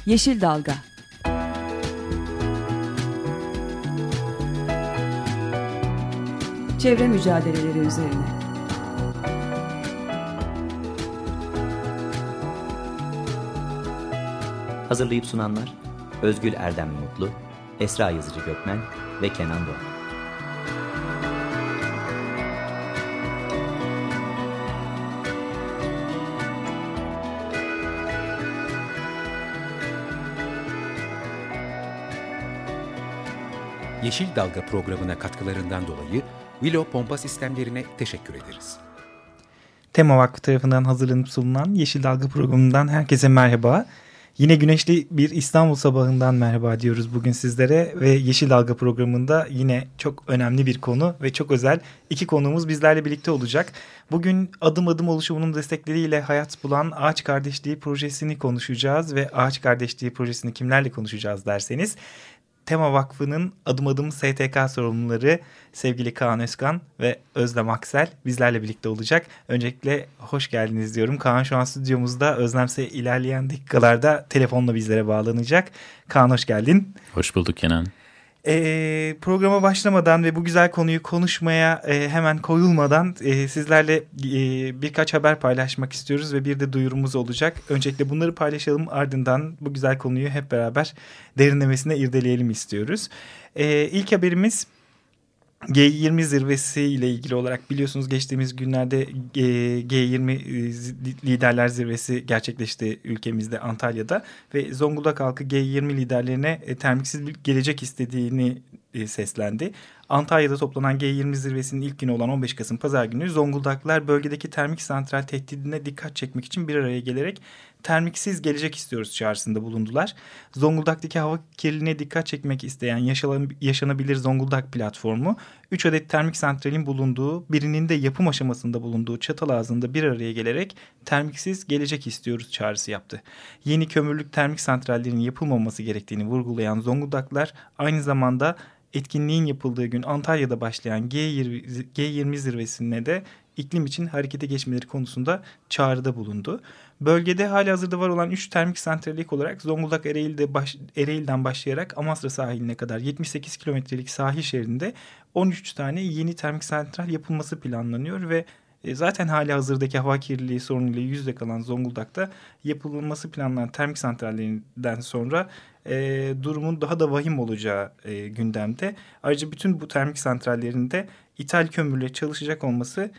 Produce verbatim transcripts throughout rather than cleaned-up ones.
Yeşil Dalga. Çevre mücadeleleri üzerine. Hazırlayıp sunanlar Özgül Erdem Mutlu, Esra Yazıcı Gökmen ve Kenan Doğan. Yeşil Dalga programına katkılarından dolayı Willow Pompa Sistemlerine teşekkür ederiz. Tema Vakfı tarafından hazırlanıp sunulan Yeşil Dalga programından herkese merhaba. Yine güneşli bir İstanbul sabahından merhaba diyoruz bugün sizlere ve Yeşil Dalga programında yine çok önemli bir konu ve çok özel iki konuğumuz bizlerle birlikte olacak. Bugün Adım Adım oluşumunun destekleriyle hayat bulan Ağaç Kardeşliği projesini konuşacağız ve Ağaç Kardeşliği projesini kimlerle konuşacağız derseniz Tema Vakfı'nın Adım Adım S T K sorumluları sevgili Kaan Özkan ve Özlem Aksel bizlerle birlikte olacak. Öncelikle hoş geldiniz diyorum. Kaan şu an stüdyomuzda. Özlem ise ilerleyen dakikalarda telefonla bizlere bağlanacak. Kaan hoş geldin. Hoş bulduk Kenan. E, programa başlamadan ve bu güzel konuyu konuşmaya e, hemen koyulmadan e, sizlerle e, birkaç haber paylaşmak istiyoruz ve bir de duyurumuz olacak. Öncelikle bunları paylaşalım, ardından bu güzel konuyu hep beraber derinlemesine irdeleyelim istiyoruz. E, ilk haberimiz G yirmi zirvesi ile ilgili olarak biliyorsunuz geçtiğimiz günlerde G yirmi liderler zirvesi gerçekleşti ülkemizde Antalya'da ve Zonguldak halkı G yirmi liderlerine termiksiz bir gelecek istediğini seslendi. Antalya'da toplanan G yirmi zirvesinin ilk günü olan on beş Kasım Pazar günü Zonguldaklılar bölgedeki termik santral tehdidine dikkat çekmek için bir araya gelerek termiksiz gelecek istiyoruz çağrısında bulundular. Zonguldak'taki hava kirliliğine dikkat çekmek isteyen Yaşanabilir Zonguldak platformu üç adet termik santralin bulunduğu, birinin de yapım aşamasında bulunduğu Çatalazı'nda bir araya gelerek termiksiz gelecek istiyoruz çağrısı yaptı. Yeni kömürlük termik santrallerin yapılmaması gerektiğini vurgulayan Zonguldaklılar aynı zamanda etkinliğin yapıldığı gün Antalya'da başlayan G yirmi zirvesine de iklim için harekete geçmeleri konusunda çağrıda bulundu. Bölgede halihazırda var olan üç termik santrali olarak Zonguldak Ereğli'de baş, Ereğli'den başlayarak Amasra sahiline kadar yetmiş sekiz kilometrelik sahil şeridinde on üç tane yeni termik santral yapılması planlanıyor ve zaten halihazırdaki hava kirliliği sorunuyla yüz yüze kalan Zonguldak'ta yapılması planlanan termik santrallerinden sonra e, durumun daha da vahim olacağı e, gündemde. Ayrıca bütün bu termik santrallerinde ithal kömürle çalışacak olması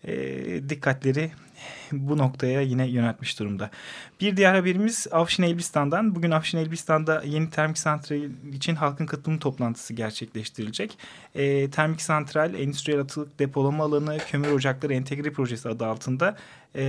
e, dikkatleri bu noktaya yine yöneltmiş durumda. Bir diğer haberimiz Afşin Elbistan'dan. Bugün Afşin Elbistan'da yeni termik santral için halkın katılım toplantısı gerçekleştirilecek. E, termik santral, endüstriyel atık depolama alanı, kömür ocakları entegre projesi adı altında e,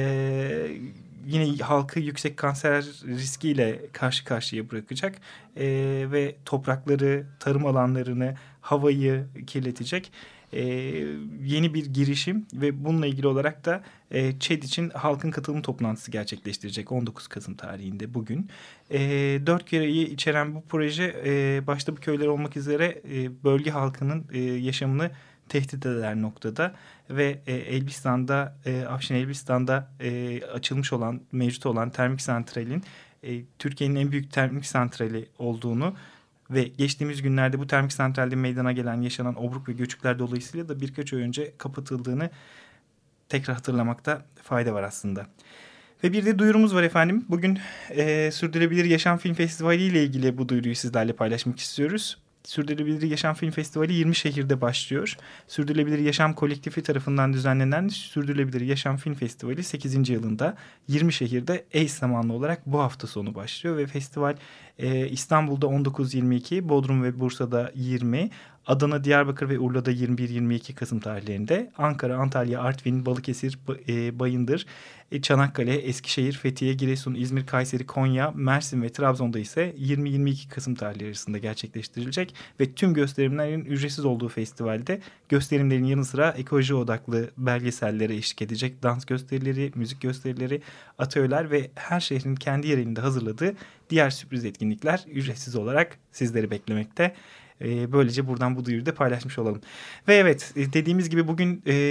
yine halkı yüksek kanser riskiyle karşı karşıya bırakacak e, ve toprakları, tarım alanlarını, havayı kirletecek Ee, yeni bir girişim ve bununla ilgili olarak da e, ÇED için halkın katılım toplantısı gerçekleştirecek on dokuz Kasım tarihinde bugün. E, dört köyü içeren bu proje e, başta bu köyler olmak üzere e, bölge halkının e, yaşamını tehdit eder noktada ve e, Elbistan'da, e, Afşin Elbistan'da e, açılmış olan, mevcut olan termik santralin e, Türkiye'nin en büyük termik santrali olduğunu ve geçtiğimiz günlerde bu termik santralde meydana gelen yaşanan obruk ve göçükler dolayısıyla da birkaç ay önce kapatıldığını tekrar hatırlamakta fayda var aslında. Ve bir de duyurumuz var efendim. Bugün e, Sürdürülebilir Yaşam Film Festivali ile ilgili bu duyuruyu sizlerle paylaşmak istiyoruz. Sürdürülebilir Yaşam Film Festivali yirmi şehirde başlıyor. Sürdürülebilir Yaşam Kolektifi tarafından düzenlenen Sürdürülebilir Yaşam Film Festivali sekizinci yılında yirmi şehirde eş zamanlı olarak bu hafta sonu başlıyor ve festival e, İstanbul'da on dokuz yirmi iki, Bodrum ve Bursa'da yirmi, Adana, Diyarbakır ve Urla'da yirmi bir yirmi iki Kasım tarihlerinde, Ankara, Antalya, Artvin, Balıkesir, Bayındır, Çanakkale, Eskişehir, Fethiye, Giresun, İzmir, Kayseri, Konya, Mersin ve Trabzon'da ise yirmi yirmi iki Kasım tarihleri arasında gerçekleştirilecek ve tüm gösterimlerin ücretsiz olduğu festivalde gösterimlerin yanı sıra ekoloji odaklı belgesellere eşlik edecek dans gösterileri, müzik gösterileri, atölyeler ve her şehrin kendi yerinde hazırladığı diğer sürpriz etkinlikler ücretsiz olarak sizleri beklemekte. Böylece buradan bu duyuruyu da paylaşmış olalım. Ve evet, dediğimiz gibi bugün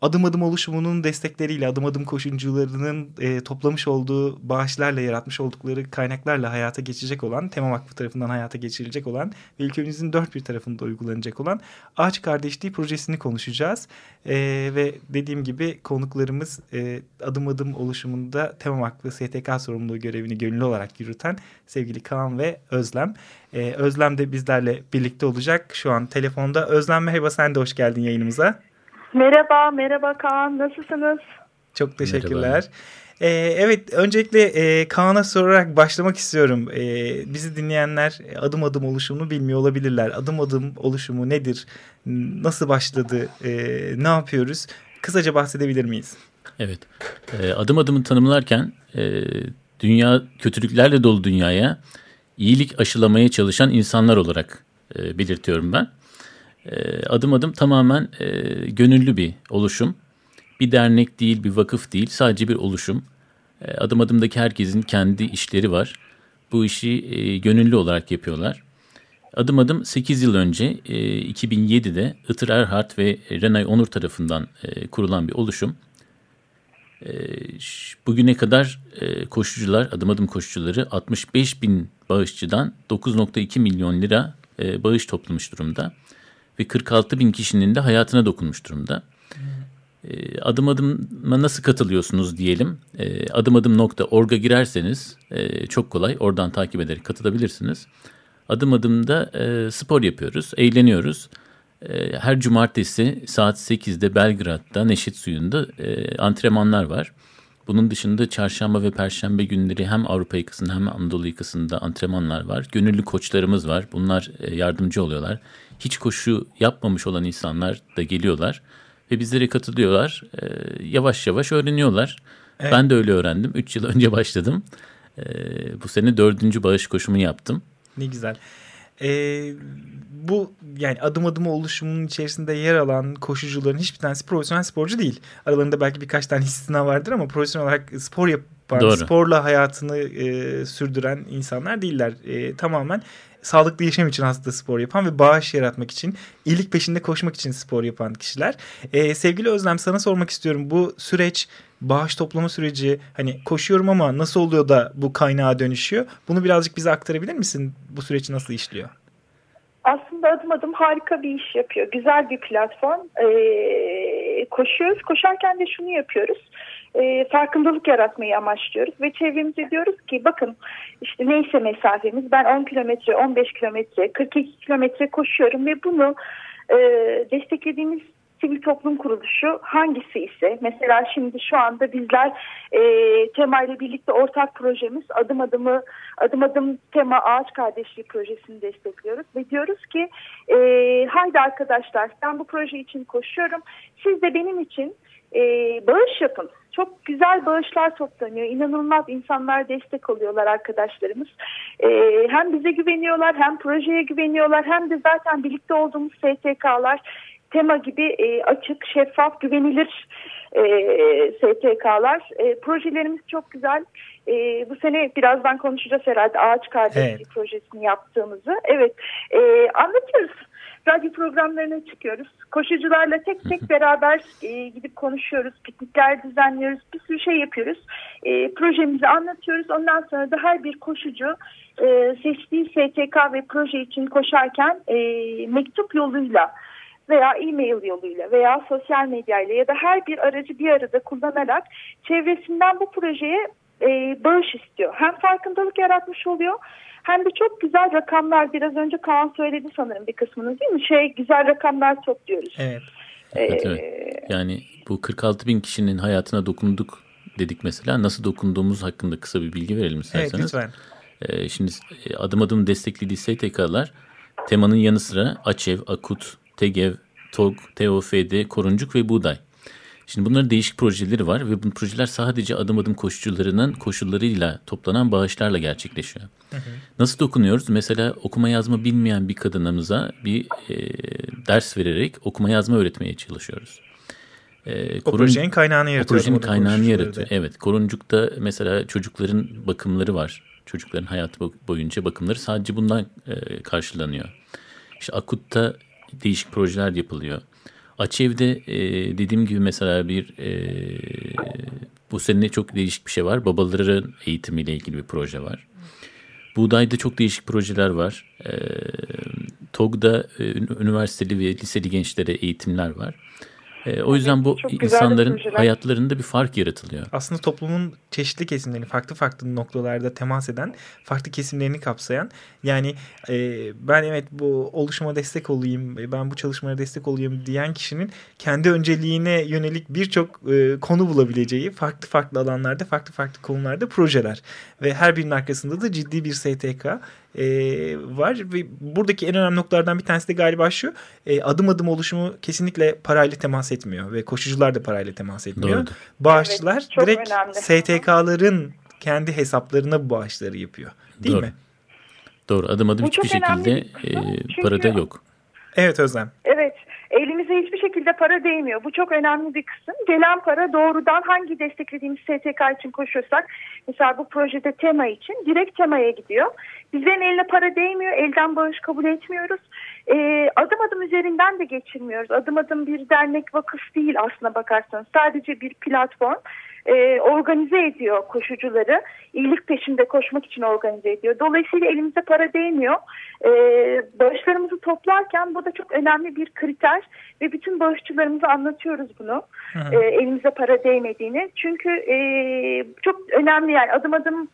Adım Adım oluşumunun destekleriyle, Adım Adım koşucularının e, toplamış olduğu bağışlarla, yaratmış oldukları kaynaklarla hayata geçecek olan, Tema Vakfı tarafından hayata geçirilecek olan ve ülkemizin dört bir tarafında uygulanacak olan Ağaç Kardeşliği projesini konuşacağız. E, ve dediğim gibi konuklarımız e, Adım Adım oluşumunda Tema Vakfı S T K sorumluluğu görevini gönüllü olarak yürüten sevgili Kaan ve Özlem. E, Özlem de bizlerle birlikte olacak şu an telefonda. Özlem merhaba, sen de hoş geldin yayınımıza. Merhaba, merhaba Kaan. Nasılsınız? Çok teşekkürler. Ee, evet, öncelikle e, Kaan'a sorarak başlamak istiyorum. E, bizi dinleyenler Adım Adım oluşumunu bilmiyor olabilirler. Adım Adım oluşumu nedir? Nasıl başladı? E, ne yapıyoruz? Kısaca bahsedebilir miyiz? Evet. E, adım adımı tanımlarken e, dünya kötülüklerle dolu dünyaya iyilik aşılamaya çalışan insanlar olarak e, belirtiyorum ben. Adım Adım tamamen e, gönüllü bir oluşum. Bir dernek değil, bir vakıf değil, sadece bir oluşum. E, Adım Adım'daki herkesin kendi işleri var. Bu işi e, gönüllü olarak yapıyorlar. Adım Adım sekiz yıl önce e, iki bin yedide Itır Erhard ve Renay Onur tarafından e, kurulan bir oluşum. E, bugüne kadar e, koşucular, Adım Adım koşucuları altmış beş bin bağışçıdan dokuz virgül iki milyon lira e, bağış toplamış durumda. Ve kırk altı bin kişinin de hayatına dokunmuş durumda. E, adım adıma nasıl katılıyorsunuz diyelim. E, adım adım nokta org'a girerseniz e, çok kolay, oradan takip ederek katılabilirsiniz. Adım adımda e, spor yapıyoruz, eğleniyoruz. E, her cumartesi saat sekizde Belgrad'da Neşet Suyu'nda e, antrenmanlar var. Bunun dışında çarşamba ve perşembe günleri hem Avrupa yakasında hem Anadolu yakasında antrenmanlar var. Gönüllü koçlarımız var. Bunlar yardımcı oluyorlar. Hiç koşu yapmamış olan insanlar da geliyorlar ve bizlere katılıyorlar. Yavaş yavaş öğreniyorlar. Evet. Ben de öyle öğrendim. Üç yıl önce başladım. Bu sene dördüncü bağış koşumu yaptım. Ne güzel. Ee, bu yani adım adım oluşumunun içerisinde yer alan koşucuların hiçbir tanesi profesyonel sporcu değil. Aralarında belki birkaç tane istisna vardır ama profesyonel olarak spor yapan, Doğru. sporla hayatını e, sürdüren insanlar değiller. E, tamamen sağlıklı yaşam için aslında spor yapan ve bağış yaratmak için, iyilik peşinde koşmak için spor yapan kişiler. E, sevgili Özlem, sana sormak istiyorum. Bu süreç, bağış toplama süreci, hani koşuyorum ama nasıl oluyor da bu kaynağa dönüşüyor? Bunu birazcık bize aktarabilir misin? Bu süreç nasıl işliyor? Aslında Adım Adım harika bir iş yapıyor. Güzel bir platform. Ee, koşuyoruz. Koşarken de şunu yapıyoruz. E, farkındalık yaratmayı amaçlıyoruz ve çevremize diyoruz ki bakın işte neyse mesafemiz, ben on kilometre, on beş kilometre, kırk iki kilometre koşuyorum ve bunu e, desteklediğimiz sivil toplum kuruluşu hangisi ise, mesela şimdi şu anda bizler e, Tema ile birlikte ortak projemiz Adım Adım'ı Adım Adım Tema Ağaç Kardeşliği projesini destekliyoruz ve diyoruz ki e, haydi arkadaşlar, ben bu proje için koşuyorum, siz de benim için e, bağış yapın. Çok güzel bağışlar toplanıyor. İnanılmaz insanlar destek oluyorlar, arkadaşlarımız. Ee, hem bize güveniyorlar, hem projeye güveniyorlar, hem de zaten birlikte olduğumuz S T K'lar, Tema gibi e, açık, şeffaf, güvenilir e, S T K'lar. E, projelerimiz çok güzel. E, bu sene birazdan konuşacağız herhalde Ağaç Kardeşliği evet. projesini yaptığımızı. Evet, e, anlatıyoruz. Radyo programlarına çıkıyoruz. Koşucularla tek tek beraber e, gidip konuşuyoruz. Piknikler düzenliyoruz. Bir sürü şey yapıyoruz. E, projemizi anlatıyoruz. Ondan sonra da her bir koşucu e, seçtiği S T K ve proje için koşarken e, mektup yoluyla veya e-mail yoluyla veya sosyal medyayla ya da her bir aracı bir arada kullanarak çevresinden bu projeye e, bağış istiyor. Hem farkındalık yaratmış oluyor, hem de çok güzel rakamlar, biraz önce Kaan söyledi sanırım bir kısmını, değil mi? Şey, güzel rakamlar topluyoruz. Evet. Ee, evet, evet. Yani bu kırk altı bin kişinin hayatına dokunduk dedik mesela. Nasıl dokunduğumuz hakkında kısa bir bilgi verelim isterseniz. Evet, lütfen. Ee, şimdi adım adım desteklediği S T K'lar Tema'nın yanı sıra Açev, Akut, Tegev, TOG, T O F D, Koruncuk ve Buğday. Şimdi bunların değişik projeleri var ve bu projeler sadece adım adım koşucularının koşullarıyla toplanan bağışlarla gerçekleşiyor. Hı hı. Nasıl dokunuyoruz? Mesela okuma yazma bilmeyen bir kadınımıza bir e, ders vererek okuma yazma öğretmeye çalışıyoruz. E, o Korun, projenin kaynağını yaratıyor. O projenin kaynağını yaratıyor. Evet. Koruncuk'ta mesela çocukların bakımları var. Çocukların hayatı boyunca bakımları sadece bundan e, karşılanıyor. İşte Akut'ta değişik projeler yapılıyor. Açev'de e, dediğim gibi mesela bir e, bu sene çok değişik bir şey var. Babaların eğitimiyle ilgili bir proje var. Buğday'da çok değişik projeler var. E, TOG'da e, üniversiteli ve liseli gençlere eğitimler var. E, o yüzden bu insanların hayatlarında bir fark yaratılıyor. Aslında toplumun çeşitli kesimlerini farklı farklı noktalarda temas eden, farklı kesimlerini kapsayan, yani e, ben evet bu oluşuma destek olayım, ben bu çalışmaya destek olayım diyen kişinin kendi önceliğine yönelik birçok e, konu bulabileceği farklı farklı alanlarda, farklı farklı konularda projeler ve her birinin arkasında da ciddi bir S T K e, var ve buradaki en önemli noktalardan bir tanesi de galiba şu: e, adım adım oluşumu kesinlikle parayla temas etmiyor ve koşucular da parayla temas etmiyor. Doğrudur. Bağışçılar evet, direkt önemli. S T K'ların kendi hesaplarına bu bağışları yapıyor. Değil Doğru. mi? Doğru. Adım adım Bu hiçbir çok şekilde önemli. e, Çünkü- para da yok. Evet Özlem. Evet, elimize hiçbir şekilde para değmiyor. Bu çok önemli bir kısım. Gelen para doğrudan hangi desteklediğimiz S T K için koşuyorsak, mesela bu projede tema için direkt temaya gidiyor. Bizlerin eline para değmiyor, elden bağış kabul etmiyoruz. Ee, adım adım üzerinden de geçirmiyoruz. Adım adım bir dernek, vakıf değil aslına bakarsanız. Sadece bir platform. E, organize ediyor koşucuları. İyilik peşinde koşmak için organize ediyor. Dolayısıyla elimize para değmiyor. E, bağışlarımızı toplarken bu da çok önemli bir kriter ve bütün bağışçılarımıza anlatıyoruz bunu. E, elimize para değmediğini. Çünkü e, çok önemli, yani adım adım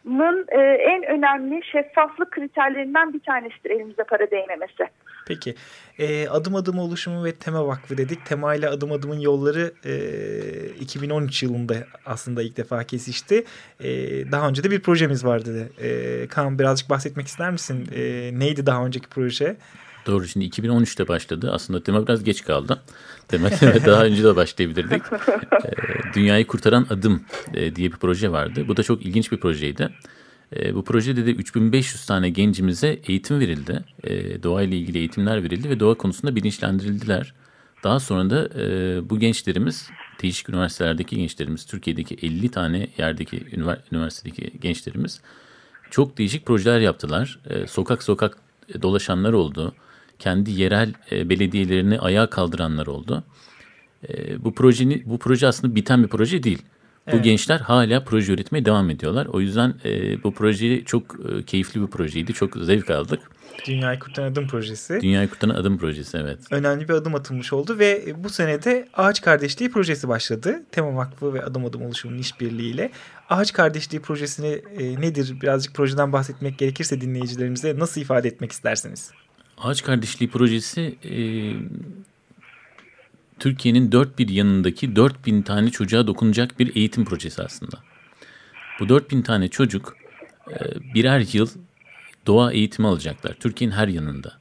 e, en önemli şeffaflık kriterlerinden bir tanesidir elimize para değmemesi. Peki e, adım adım oluşumu ve Tema Vakfı dedik. Tema ile adım adımın yolları e, iki bin on üç yılında aslında ilk defa kesişti. E, daha önce de bir projemiz vardı. E, Kaan, birazcık bahsetmek ister misin? E, neydi daha önceki proje? Doğru, şimdi iki bin on üçte başladı. Aslında Tema biraz geç kaldı. Demek daha önce de başlayabilirdik. E, Dünyayı Kurtaran Adım e, diye bir proje vardı. Bu da çok ilginç bir projeydi. E, bu projede de üç bin beş yüz tane gencimize eğitim verildi. E, doğa ile ilgili eğitimler verildi ve doğa konusunda bilinçlendirildiler. Daha sonra da e, bu gençlerimiz, değişik üniversitelerdeki gençlerimiz, Türkiye'deki elli tane yerdeki üniversitedeki gençlerimiz çok değişik projeler yaptılar. E, sokak sokak dolaşanlar oldu. Kendi yerel e, belediyelerini ayağa kaldıranlar oldu. E, bu projenin bu proje aslında biten bir proje değil. Bu evet. Gençler hala proje üretmeye devam ediyorlar. O yüzden e, bu proje çok e, keyifli bir projeydi. Çok zevk aldık. Dünyayı Kurtaran Adım projesi. Dünyayı Kurtaran Adım projesi, evet. Önemli bir adım atılmış oldu ve bu senede Ağaç Kardeşliği projesi başladı. Tema Vakfı ve Adım Adım Oluşumu'nun işbirliğiyle. Ağaç Kardeşliği projesini e, nedir? Birazcık projeden bahsetmek gerekirse dinleyicilerimize nasıl ifade etmek istersiniz? Ağaç Kardeşliği projesi e, Türkiye'nin dört bir yanındaki dört bin tane çocuğa dokunacak bir eğitim projesi aslında. Bu dört bin tane çocuk e, birer yıl doğa eğitimi alacaklar Türkiye'nin her yanında.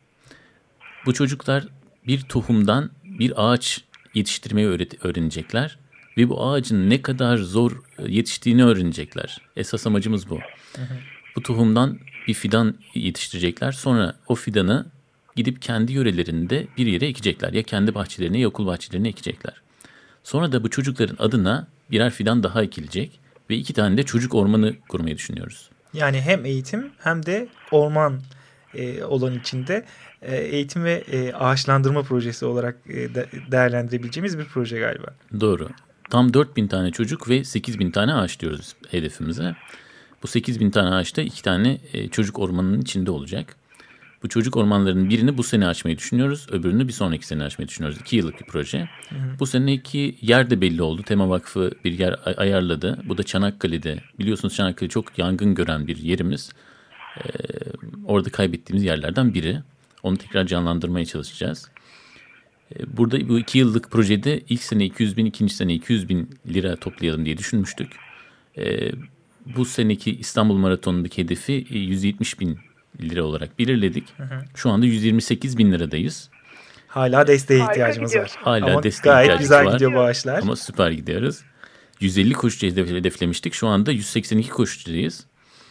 Bu çocuklar bir tohumdan bir ağaç yetiştirmeyi öğret- öğrenecekler ve bu ağacın ne kadar zor yetiştiğini öğrenecekler. Esas amacımız bu. Hı hı. Bu tohumdan bir fidan yetiştirecekler. Sonra o fidanı gidip kendi yörelerinde bir yere ekecekler. Ya kendi bahçelerine ya okul bahçelerine ekecekler. Sonra da bu çocukların adına birer fidan daha ekilecek ve iki tane de çocuk ormanı kurmayı düşünüyoruz. Yani hem eğitim hem de orman e, olan içinde e, eğitim ve e, ağaçlandırma projesi olarak e, de, değerlendirebileceğimiz bir proje galiba. Doğru. Tam dört bin tane çocuk ve sekiz bin tane ağaç diyoruz hedefimize. Bu sekiz bin tane ağaçta iki tane e, çocuk ormanının içinde olacak. Bu çocuk ormanlarının birini bu sene açmayı düşünüyoruz. Öbürünü bir sonraki sene açmayı düşünüyoruz. İki yıllık bir proje. Hı hı. Bu seneki yer de belli oldu. Tema Vakfı bir yer ayarladı. Bu da Çanakkale'de. Biliyorsunuz Çanakkale çok yangın gören bir yerimiz. Ee, orada kaybettiğimiz yerlerden biri. Onu tekrar canlandırmaya çalışacağız. Ee, burada bu iki yıllık projede ilk sene iki yüz bin, ikinci sene iki yüz bin lira toplayalım diye düşünmüştük. Ee, bu seneki İstanbul Maratonu'ndaki hedefi yüz yetmiş bin lira olarak belirledik. Hı hı. Şu anda yüz yirmi sekiz bin liradayız. Hala desteğe ihtiyacımız var. Hala ama desteğe gayet ihtiyacımız güzel var. gidiyor bağışlar. Ama süper gidiyoruz. yüz elli koşucu hedeflemiştik. Şu anda yüz seksen iki koşucudayız.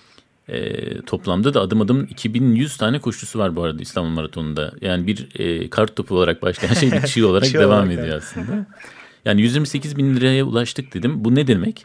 Ee, toplamda da adım adım iki bin yüz tane koşucusu var bu arada İstanbul Maratonu'nda. Yani bir e, kart topu olarak başlayan şey bir çığ olarak devam olarak ediyor aslında. Yani yüz yirmi sekiz bin liraya ulaştık dedim. Bu ne demek?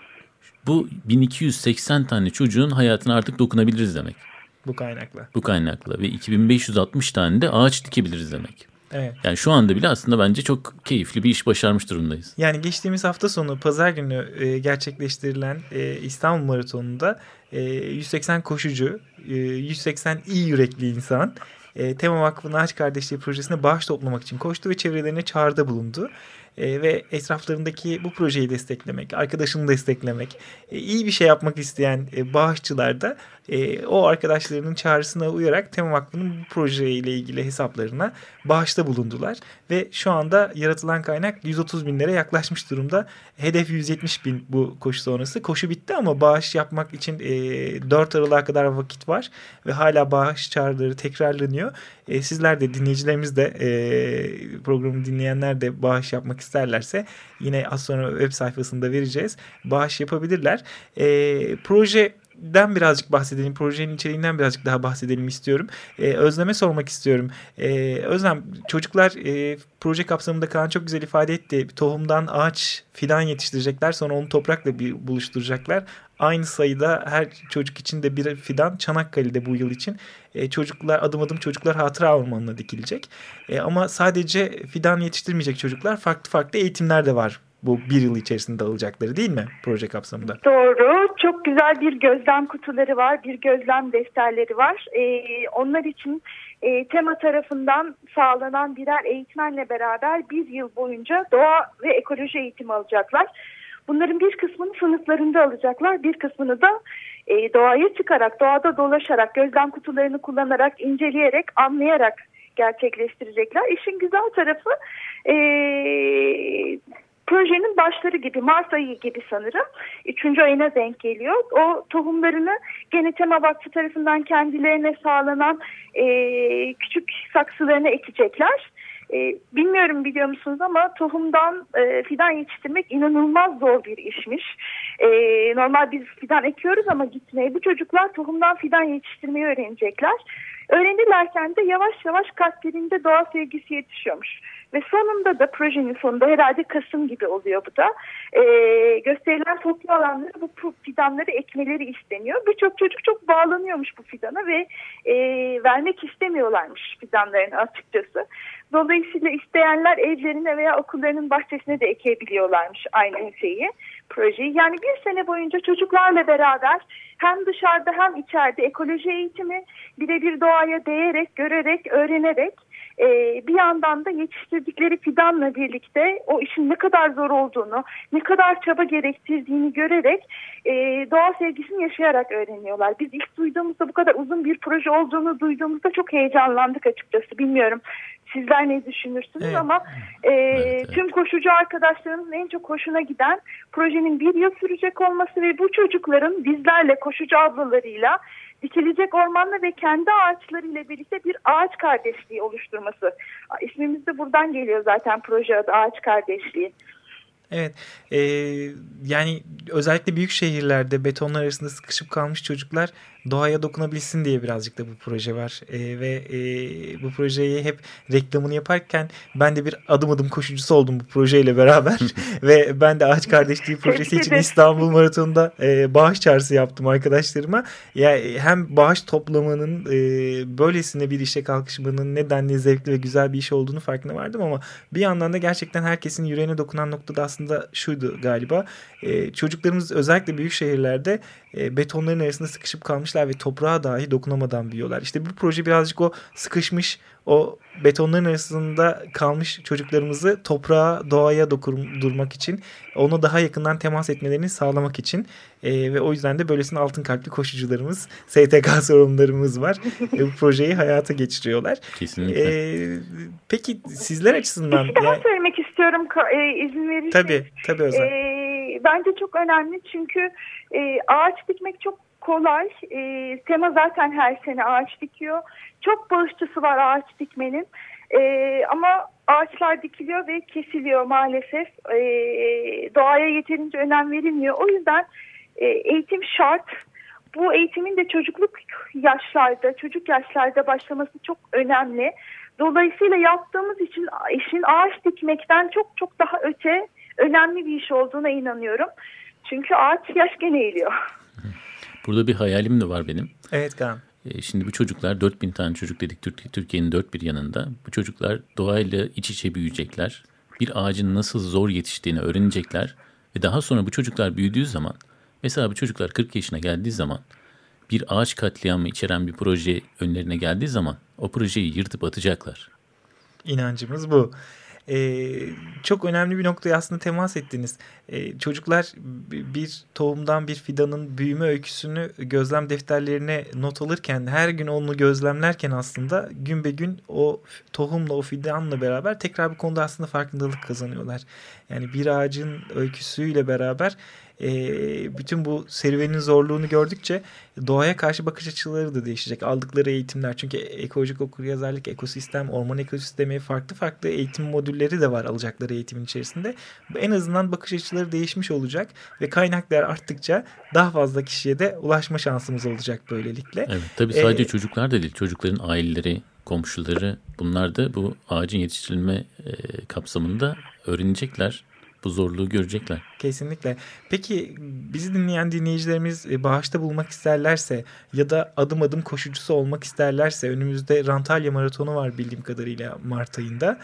Bu bin iki yüz seksen tane çocuğun hayatına artık dokunabiliriz demek. Bu kaynakla. Bu kaynakla ve iki bin beş yüz altmış tane de ağaç dikebiliriz demek. Evet. Yani şu anda bile aslında bence çok keyifli bir iş başarmış durumdayız. Yani geçtiğimiz hafta sonu pazar günü e, gerçekleştirilen e, İstanbul Maratonu'nda e, yüz seksen koşucu, e, yüz seksen iyi yürekli insan e, Tema Vakfı'nın Ağaç Kardeşliği projesine bağış toplamak için koştu ve çevrelerine çağrıda bulundu. E, ve etraflarındaki bu projeyi desteklemek, arkadaşını desteklemek, e, iyi bir şey yapmak isteyen e, bağışçılar da e, o arkadaşlarının çağrısına uyarak Tema Vakfı'nın bu projeyle ilgili hesaplarına bağışta bulundular. Ve şu anda yaratılan kaynak yüz otuz bin lira yaklaşmış durumda. Hedef yüz yetmiş bin bu koşu sonrası. Koşu bitti ama bağış yapmak için e, dört Aralık'a kadar vakit var ve hala bağış çağrıları tekrarlanıyor. E, sizler de, dinleyicilerimiz de, e, programı dinleyenler de bağış yapmak isterlerse yine az sonra web sayfasında vereceğiz. Bağış yapabilirler. E, projeden birazcık bahsedelim. Projenin içeriğinden birazcık daha bahsedelim istiyorum. E, Özlem'e sormak istiyorum. E, Özlem, çocuklar e, proje kapsamında Kaan çok güzel ifade etti. Tohumdan ağaç fidan yetiştirecekler. Sonra onu toprakla bir buluşturacaklar. Aynı sayıda her çocuk için de bir fidan Çanakkale'de bu yıl için e, çocuklar adım adım çocuklar hatıra ormanına dikilecek. E, ama sadece fidan yetiştirmeyecek çocuklar, farklı farklı eğitimler de var bu bir yıl içerisinde alacakları, değil mi proje kapsamında? Doğru. Çok güzel bir gözlem kutuları var, bir gözlem defterleri var. E, onlar için e, Tema tarafından sağlanan birer eğitmenle beraber bir yıl boyunca doğa ve ekoloji eğitimi alacaklar. Bunların bir kısmını sınıflarında alacaklar, bir kısmını da e, doğaya çıkarak, doğada dolaşarak, gözlem kutularını kullanarak, inceleyerek, anlayarak gerçekleştirecekler. İşin güzel tarafı e, projenin başları gibi, Mart ayı gibi sanırım, üçüncü ayına denk geliyor. O tohumlarını gene Tema Vakfı tarafından kendilerine sağlanan e, küçük saksılarına ekecekler. Ee, bilmiyorum biliyor musunuz ama tohumdan e, fidan yetiştirmek inanılmaz zor bir işmiş. Ee, normal biz fidan ekiyoruz ama gitmeye. Bu çocuklar tohumdan fidan yetiştirmeyi öğrenecekler. Öğrenirlerken de yavaş yavaş kalplerinde doğa sevgisi yetişiyormuş. Ve sonunda da, projenin sonunda, herhalde Kasım gibi oluyor bu da, e, gösterilen toplu alanları bu fidanları ekmeleri isteniyor. Birçok çocuk çok bağlanıyormuş bu fidana ve e, vermek istemiyorlarmış fidanlarını açıkçası. Dolayısıyla isteyenler evlerine veya okullarının bahçesine de ekebiliyorlarmış aynı şeyi, projeyi. Yani bir sene boyunca çocuklarla beraber hem dışarıda hem içeride ekoloji eğitimi, birebir doğaya değerek, görerek, öğrenerek, Ee, bir yandan da yetiştirdikleri fidanla birlikte o işin ne kadar zor olduğunu, ne kadar çaba gerektirdiğini görerek e, doğa sevgisini yaşayarak öğreniyorlar. Biz ilk duyduğumuzda, bu kadar uzun bir proje olduğunu duyduğumuzda çok heyecanlandık açıkçası. Bilmiyorum sizler ne düşünürsünüz, evet. ama e, evet, evet. tüm koşucu arkadaşlarımızın en çok hoşuna giden projenin bir yıl sürecek olması ve bu çocukların bizlerle, koşucu ablalarıyla dikilecek ormanla ve kendi ağaçlarıyla birlikte bir ağaç kardeşliği oluşturması. İsmimiz de buradan geliyor zaten, proje adı Ağaç Kardeşliği. Evet, e, yani özellikle büyük şehirlerde betonlar arasında sıkışıp kalmış çocuklar doğaya dokunabilsin diye birazcık da bu proje var. E, ve e, bu projeyi hep reklamını yaparken ben de bir adım adım koşucusu oldum bu projeyle beraber. Ve ben de Ağaç Kardeşliği projesi için İstanbul Maratonu'nda e, bağış çağrısı yaptım arkadaşlarıma. Yani hem bağış toplamanın, e, böylesine bir işe kalkışmanın nedenli zevkli ve güzel bir iş olduğunu farkına vardım, ama bir yandan da gerçekten herkesin yüreğine dokunan noktada aslında şuydu galiba. E, çocuklarımız özellikle büyük şehirlerde e, betonların arasında sıkışıp kalmışlar ve toprağa dahi dokunamadan büyüyorlar. İşte bu proje birazcık o sıkışmış, o betonların arasında kalmış çocuklarımızı toprağa, doğaya dokundurmak için, ona daha yakından temas etmelerini sağlamak için e, ve o yüzden de böylesine altın kalpli koşucularımız, S T K sorumlularımız var. e, bu projeyi hayata geçiriyorlar. Kesinlikle. E, peki sizler açısından... Bir şey daha yani... söylemek istiyorum e, izin verirseniz. Tabii, tabii Özlem. E, bence çok önemli çünkü e, ağaç dikmek çok kolay. E, Tema zaten her sene ağaç dikiyor. Çok bağışçısı var ağaç dikmenin. E, ama ağaçlar dikiliyor ve kesiliyor maalesef. E, doğaya yeterince önem verilmiyor. O yüzden e, eğitim şart. Bu eğitimin de çocukluk yaşlarda, çocuk yaşlarda başlaması çok önemli. Dolayısıyla yaptığımız için işin ağaç dikmekten çok çok daha öte önemli bir iş olduğuna inanıyorum. Çünkü ağaç yaş gene eğiliyor. Burada bir hayalim de var benim. Evet Kaan. E, şimdi bu çocuklar dört bin tane çocuk dedik Türkiye'nin dört bir yanında. Bu çocuklar doğayla iç içe büyüyecekler. Bir ağacın nasıl zor yetiştiğini öğrenecekler. Ve daha sonra bu çocuklar büyüdüğü zaman, mesela bu çocuklar kırk yaşına geldiği zaman bir ağaç katliamı içeren bir proje önlerine geldiği zaman o projeyi yırtıp atacaklar. İnancımız bu. Ee, çok önemli bir noktaya aslında temas ettiniz. Ee, çocuklar bir tohumdan bir fidanın büyüme öyküsünü gözlem defterlerine not alırken, her gün onu gözlemlerken aslında gün be gün o tohumla, o fidanla beraber tekrar bu konuda aslında farkındalık kazanıyorlar. Yani bir ağacın öyküsüyle beraber e, bütün bu serüvenin zorluğunu gördükçe doğaya karşı bakış açıları da değişecek. Aldıkları eğitimler, çünkü ekolojik okuryazarlık, ekosistem, orman ekosistemi, farklı farklı eğitim modülleri de var alacakları eğitimin içerisinde. En azından bakış açıları değişmiş olacak ve kaynaklar arttıkça daha fazla kişiye de ulaşma şansımız olacak böylelikle. Evet, tabii sadece ee, çocuklar da değil, çocukların aileleri, komşuları, bunlar da bu ağacın yetiştirilme e, kapsamında öğrenecekler. Bu zorluğu görecekler. Kesinlikle. Peki bizi dinleyen dinleyicilerimiz bağışta bulmak isterlerse ya da adım adım koşucusu olmak isterlerse, önümüzde Rantalya Maratonu var bildiğim kadarıyla Mart ayında.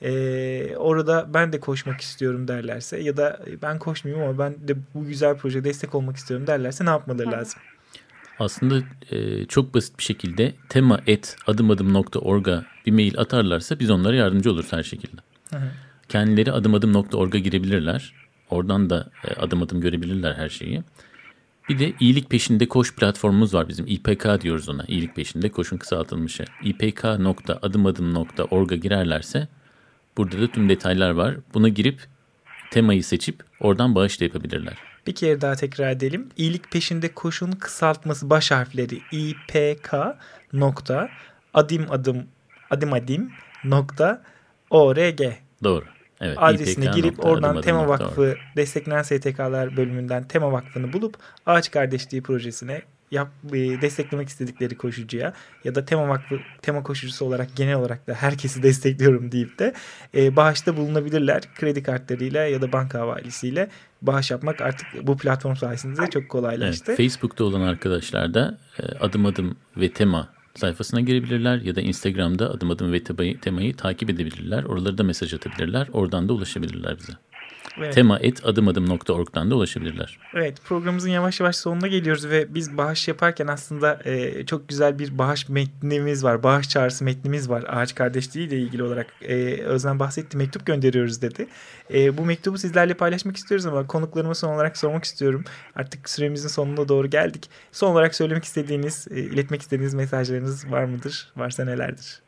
Ee, orada ben de koşmak istiyorum derlerse ya da ben koşmayayım ama ben de bu güzel projeye destek olmak istiyorum derlerse ne yapmaları lazım? Aslında e, çok basit bir şekilde tema et adımadım nokta org'a bir mail atarlarsa biz onlara yardımcı oluruz her şekilde. Hı hı. Kendileri adımadım nokta org'a girebilirler. Oradan da e, adım adım görebilirler her şeyi. Bir de iyilik peşinde koş platformumuz var bizim. İ P K diyoruz ona. İyilik peşinde koşun kısaltılmışı. i p k nokta adımadım nokta org'a girerlerse burada da tüm detaylar var. Buna girip temayı seçip oradan bağış da yapabilirler. Bir kere daha tekrar edelim. İyilik peşinde koşun kısaltması baş harfleri İ P K nokta adım adım adım adım nokta org. Doğru. Evet, adresine girip oradan Tema Vakfı desteklenen S T K'lar bölümünden Tema Vakfı'nı bulup Ağaç Kardeşliği projesine yap, desteklemek istedikleri koşucuya ya da Tema Vakfı tema koşucusu olarak genel olarak da herkesi destekliyorum deyip de e, bağışta bulunabilirler. Kredi kartlarıyla ya da banka havalesiyle bağış yapmak artık bu platform sayesinde çok kolaylaştı. Evet, Facebook'ta olan arkadaşlar da e, adım adım ve tema sayfasına girebilirler ya da Instagram'da adım adım ve temayı, temayı takip edebilirler. Oraları da mesaj atabilirler. Oradan da ulaşabilirler bize. Evet. tema et adım adım nokta org'dan da ulaşabilirler. Evet, programımızın yavaş yavaş sonuna geliyoruz ve biz bağış yaparken aslında e, çok güzel bir bağış metnimiz var. Bağış çağrısı metnimiz var. Ağaç Kardeşliği ile ilgili olarak e, Özlem bahsetti. Mektup gönderiyoruz dedi. E, bu mektubu sizlerle paylaşmak istiyoruz ama konuklarıma son olarak sormak istiyorum. Artık süremizin sonuna doğru geldik. Son olarak söylemek istediğiniz, e, iletmek istediğiniz mesajlarınız var mıdır? Varsa nelerdir?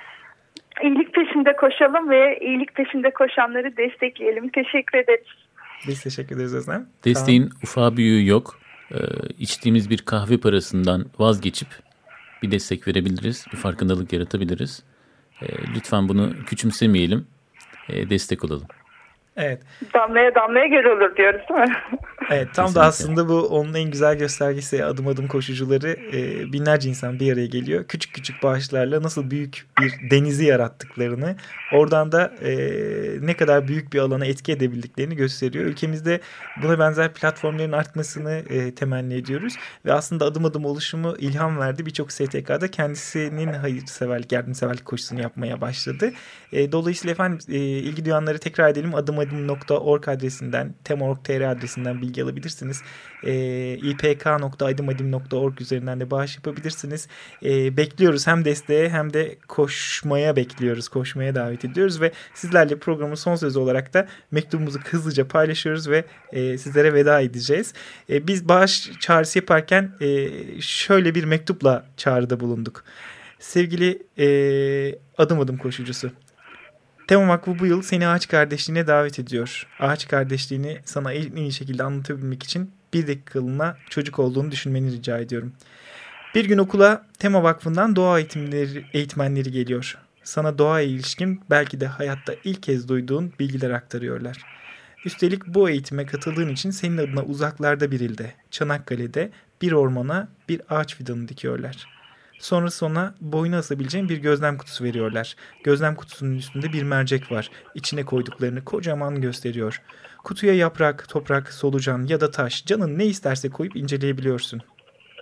İyilik peşinde koşalım ve iyilik peşinde koşanları destekleyelim. Teşekkür ederiz. Biz teşekkür ederiz Özlem. Desteğin tamam. ufağı büyüğü yok. Ee, içtiğimiz bir kahve parasından vazgeçip bir destek verebiliriz. Bir farkındalık yaratabiliriz. Ee, lütfen bunu küçümsemeyelim. Ee, destek olalım. Evet. Damlaya damlaya göl olur diyoruz değil mi? Evet, tam Kesinlikle. Da aslında bu onun en güzel göstergesi. Adım adım koşucuları e, binlerce insan bir araya geliyor. Küçük küçük bağışlarla nasıl büyük bir denizi yarattıklarını, oradan da e, ne kadar büyük bir alana etki edebildiklerini gösteriyor. Ülkemizde buna benzer platformların artmasını e, temenni ediyoruz. Ve aslında adım adım oluşumu ilham verdi. Birçok S T K'da kendisinin hayırseverlik, yardımseverlik koşusunu yapmaya başladı. E, dolayısıyla efendim e, ilgi duyanları tekrar edelim. adım adım nokta org adresinden, tema nokta org nokta tr adresinden bilgi alabilirsiniz. E, i p k nokta adım adım nokta org üzerinden de bağış yapabilirsiniz. E, bekliyoruz hem desteğe hem de koşmaya bekliyoruz. Koşmaya davet ediyoruz ve sizlerle programın son sözü olarak da mektubumuzu hızlıca paylaşıyoruz ve e, sizlere veda edeceğiz. E, biz bağış çağrısı yaparken e, şöyle bir mektupla çağrıda bulunduk. Sevgili e, adım adım koşucusu, Tema Vakfı bu yıl seni Ağaç Kardeşliği'ne davet ediyor. Ağaç Kardeşliği'ni sana en iyi şekilde anlatabilmek için bir dakikalığına çocuk olduğunu düşünmeni rica ediyorum. Bir gün okula Tema Vakfı'ndan doğa eğitimleri, eğitmenleri geliyor. Sana doğaya ilişkin belki de hayatta ilk kez duyduğun bilgiler aktarıyorlar. Üstelik bu eğitime katıldığın için senin adına uzaklarda bir ilde, Çanakkale'de bir ormana bir ağaç fidanı dikiyorlar. Sonra sonra boyuna asabileceğin bir gözlem kutusu veriyorlar. Gözlem kutusunun üstünde bir mercek var. İçine koyduklarını kocaman gösteriyor. Kutuya yaprak, toprak, solucan ya da taş, canın ne isterse koyup inceleyebiliyorsun.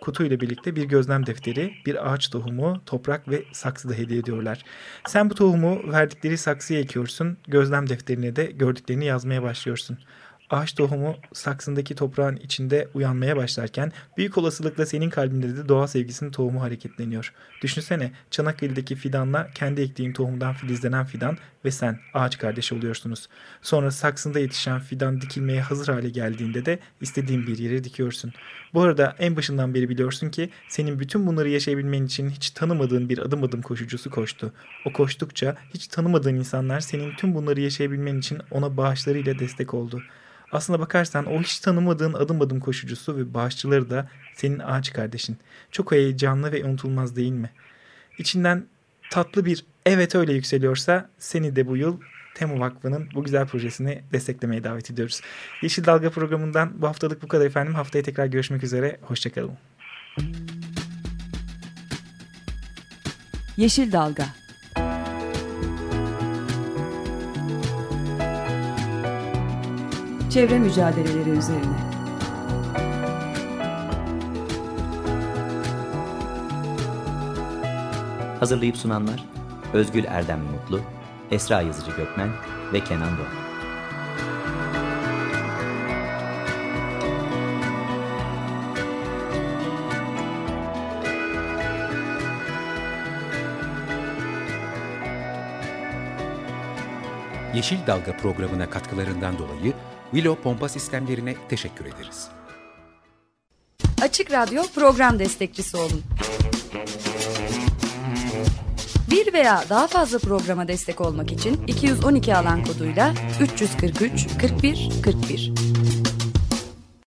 kutuyla birlikte bir gözlem defteri, bir ağaç tohumu, toprak ve saksı da hediye ediyorlar. Sen bu tohumu verdikleri saksıya ekiyorsun, gözlem defterine de gördüklerini yazmaya başlıyorsun. Ağaç tohumu saksındaki toprağın içinde uyanmaya başlarken büyük olasılıkla senin kalbinde de doğa sevgisinin tohumu hareketleniyor. Düşünsene, Çanakkale'deki fidanla kendi ektiğin tohumdan filizlenen fidan ve sen ağaç kardeş oluyorsunuz. Sonra saksında yetişen fidan dikilmeye hazır hale geldiğinde de istediğin bir yere dikiyorsun. Bu arada en başından beri biliyorsun ki senin bütün bunları yaşayabilmen için hiç tanımadığın bir adım adım koşucusu koştu. O koştukça hiç tanımadığın insanlar senin tüm bunları yaşayabilmen için ona bağışlarıyla destek oldu. Aslına bakarsan o hiç tanımadığın adım adım koşucusu ve bağışçıları da senin ağaç kardeşin. Çok heyecanlı ve unutulmaz değil mi? İçinden tatlı bir evet öyle yükseliyorsa seni de bu yıl Temu Vakfı'nın bu güzel projesini desteklemeye davet ediyoruz. Yeşil Dalga programından bu haftalık bu kadar efendim. Haftaya tekrar görüşmek üzere. Hoşçakalın. Yeşil Dalga. Çevre mücadeleleri üzerine. Hazırlayıp sunanlar Özgül Erdem Mutlu, Esra Yazıcı Gökmen ve Kenan Doğan. Yeşil Dalga programına katkılarından dolayı Willow Pompa Sistemlerine teşekkür ederiz. Açık Radyo program destekçisi olun. Bir veya daha fazla programa destek olmak için iki yüz on iki alan koduyla üç yüz kırk üç kırk bir kırk bir